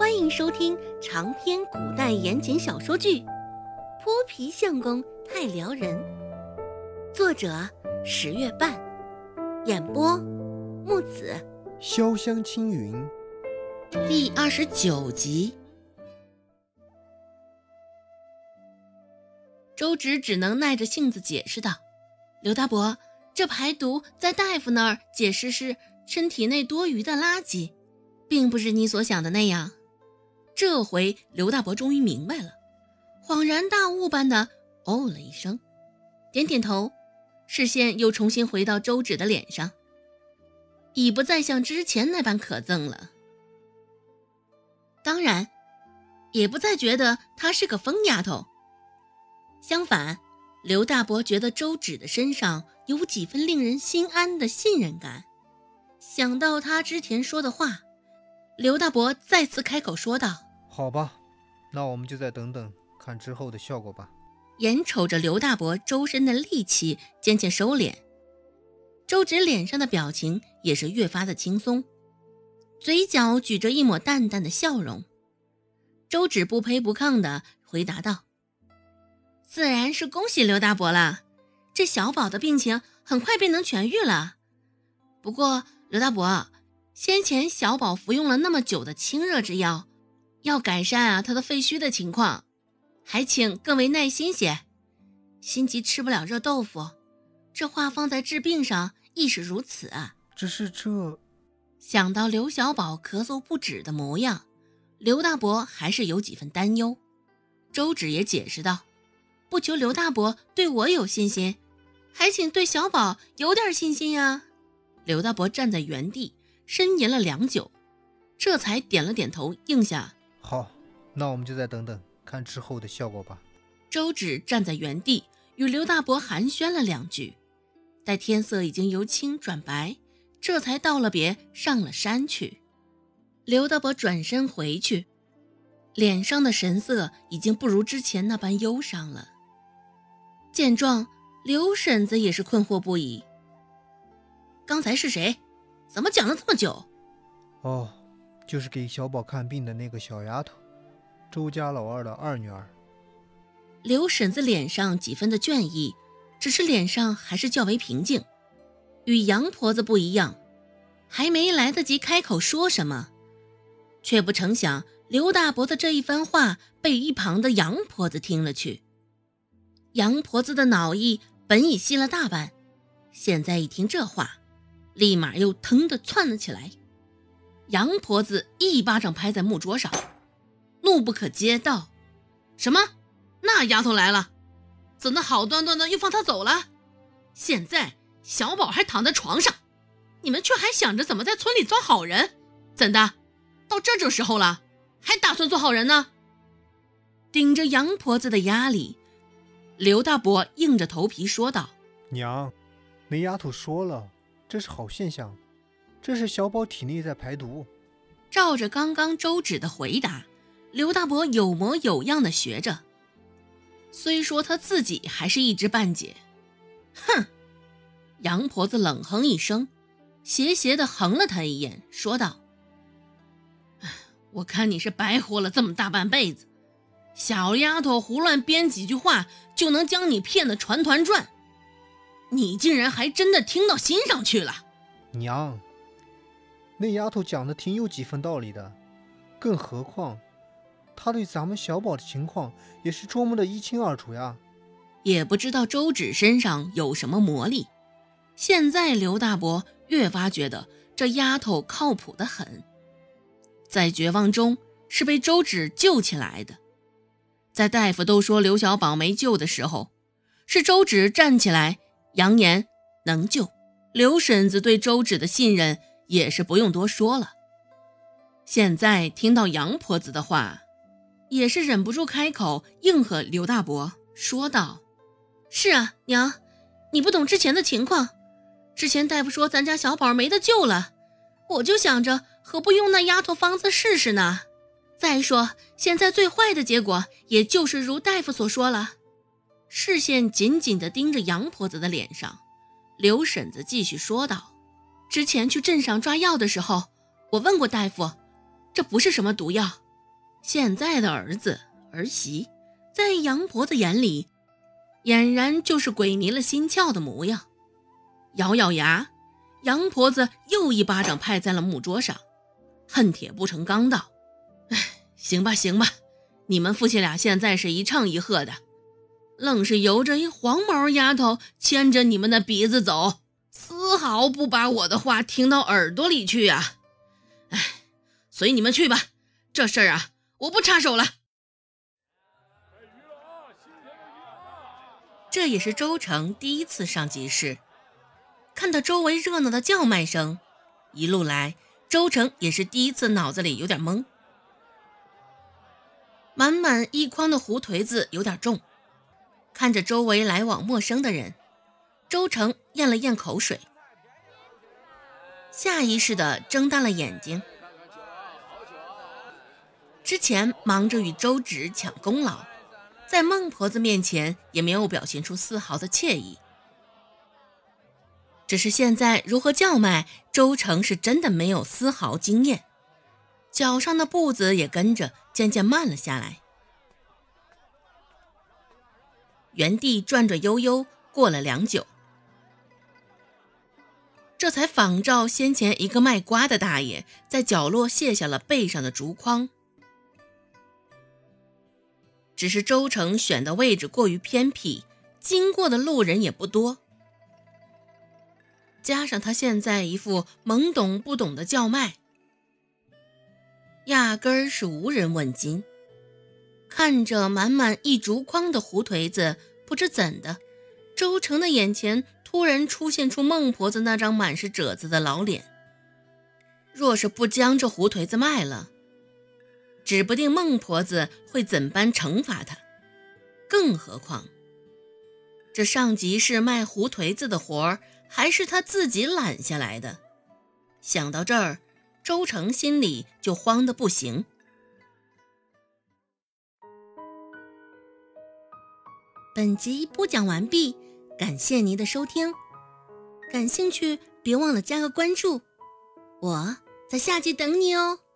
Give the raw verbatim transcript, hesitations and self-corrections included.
欢迎收听长篇古代言情小说剧《泼皮相公太撩人》，作者十月半，演播木子潇湘青云， 第二十九集。周芷只能耐着性子解释道：刘大伯，这排毒在大夫那儿解释是身体内多余的垃圾，并不是你所想的那样。这回刘大伯终于明白了，恍然大悟般的哦了一声，点点头，视线又重新回到周芷的脸上，已不再像之前那般可憎了。当然也不再觉得她是个疯丫头，相反，刘大伯觉得周芷的身上有几分令人心安的信任感。想到她之前说的话，刘大伯再次开口说道： 好吧，那我们就再等等看之后的效果吧。 眼瞅着刘大伯周身的戾气渐渐收敛，周芷脸上的表情也是越发的轻松，嘴角举着一抹淡淡的笑容。周芷不卑不亢地回答道：自然是恭喜刘大伯了，这小宝的病情很快便能痊愈了。不过刘大伯，先前小宝服用了那么久的清热之药，要改善啊他的肺虚的情况，还请更为耐心些。心急吃不了热豆腐，这话放在治病上亦是如此啊。 只是这…… 想到刘小宝咳嗽不止的模样，刘大伯还是有几分担忧。周芷也解释道：不求刘大伯对我有信心，还请对小宝有点信心啊。刘大伯站在原地呻吟了良久，这才点了点头应下： 好，那我们就再等等看之后的效果吧。 周芷站在原地与刘大伯寒暄了两句，待天色已经由青转白，这才道了别上了山去。刘大伯转身回去，脸上的神色已经不如之前那般忧伤了。见状，刘婶子也是困惑不已，刚才是谁？怎么讲了这么久？ 哦，就是给小宝看病的那个小丫头，周家老二的二女儿。 刘婶子脸上几分的倦意，只是脸上还是较为平静。与杨婆子不一样，还没来得及开口说什么，却不成想刘大伯的这一番话被一旁的杨婆子听了去。杨婆子的脑意本已息了大半，现在一听这话，立马又腾地窜了起来。杨婆子一巴掌拍在木桌上，怒不可遏道：什么？那丫头来了，怎的好端端的又放她走了？现在小宝还躺在床上，你们却还想着怎么在村里装好人，怎的到这种时候了，还打算做好人呢？顶着杨婆子的压力，刘大伯硬着头皮说道： 娘，那丫头说了，这是好现象，这是小宝体内在排毒。 照着刚刚周芷的回答，刘大伯有模有样的学着，虽说他自己还是一知半解。哼！杨婆子冷哼一声，斜斜地横了他一眼，说道：我看你是白活了这么大半辈子，小丫头胡乱编几句话就能将你骗得团团转，你竟然还真的听到心上去了。 娘，那丫头讲的挺有几分道理的，更何况她对咱们小宝的情况也是捉摸得一清二楚呀。 也不知道周芷身上有什么魔力，现在刘大伯越发觉得这丫头靠谱得很。在绝望中是被周芷救起来的，在大夫都说刘小宝没救的时候，是周芷站起来扬言能救。刘婶子对周芷的信任也是不用多说了，现在听到杨婆子的话，也是忍不住开口应和刘大伯，说道：是啊，娘，你不懂之前的情况，之前大夫说咱家小宝没得救了，我就想着何不用那丫头方子试试呢？再说现在最坏的结果也就是如大夫所说了。视线紧紧地盯着杨婆子的脸上，刘婶子继续说道：之前去镇上抓药的时候，我问过大夫，这不是什么毒药， 现在的儿子儿媳，在杨婆子眼里，俨然就是鬼迷了心窍的模样。咬咬牙，杨婆子又一巴掌拍在了木桌上，恨铁不成钢道：哎，行吧行吧，你们夫妻俩现在是一唱一和的，愣是由着一黄毛丫头牵着你们的鼻子走，丝毫不把我的话听到耳朵里去啊！哎，随你们去吧，这事儿啊，我不插手了。这也是周成第一次上集市，看到周围热闹的叫卖声，一路来周成也是第一次脑子里有点懵。满满一筐的胡颓子有点重，看着周围来往陌生的人，周成咽了咽口水，下意识地睁大了眼睛。之前忙着与周芷抢功劳，在孟婆子面前也没有表现出丝毫的惬意。只是现在如何叫卖，周成是真的没有丝毫经验，脚上的步子也跟着渐渐慢了下来。原地转转悠悠，过了良久，这才仿照先前一个卖瓜的大爷在角落卸下了背上的竹筐。只是周成选的位置过于偏僻，经过的路人也不多，加上他现在一副懵懂不懂的叫卖，压根儿是无人问津。看着满满一竹筐的胡颓子，不知怎的，周成的眼前突然出现出孟婆子那张满是褶子的老脸。若是不将这胡颓子卖了，指不定孟婆子会怎般惩罚他。更何况这上集市卖胡颓子的活儿还是他自己揽下来的。想到这儿，周成心里就慌得不行。本集播讲完毕，感谢您的收听。感兴趣别忘了加个关注，我在下集等你哦。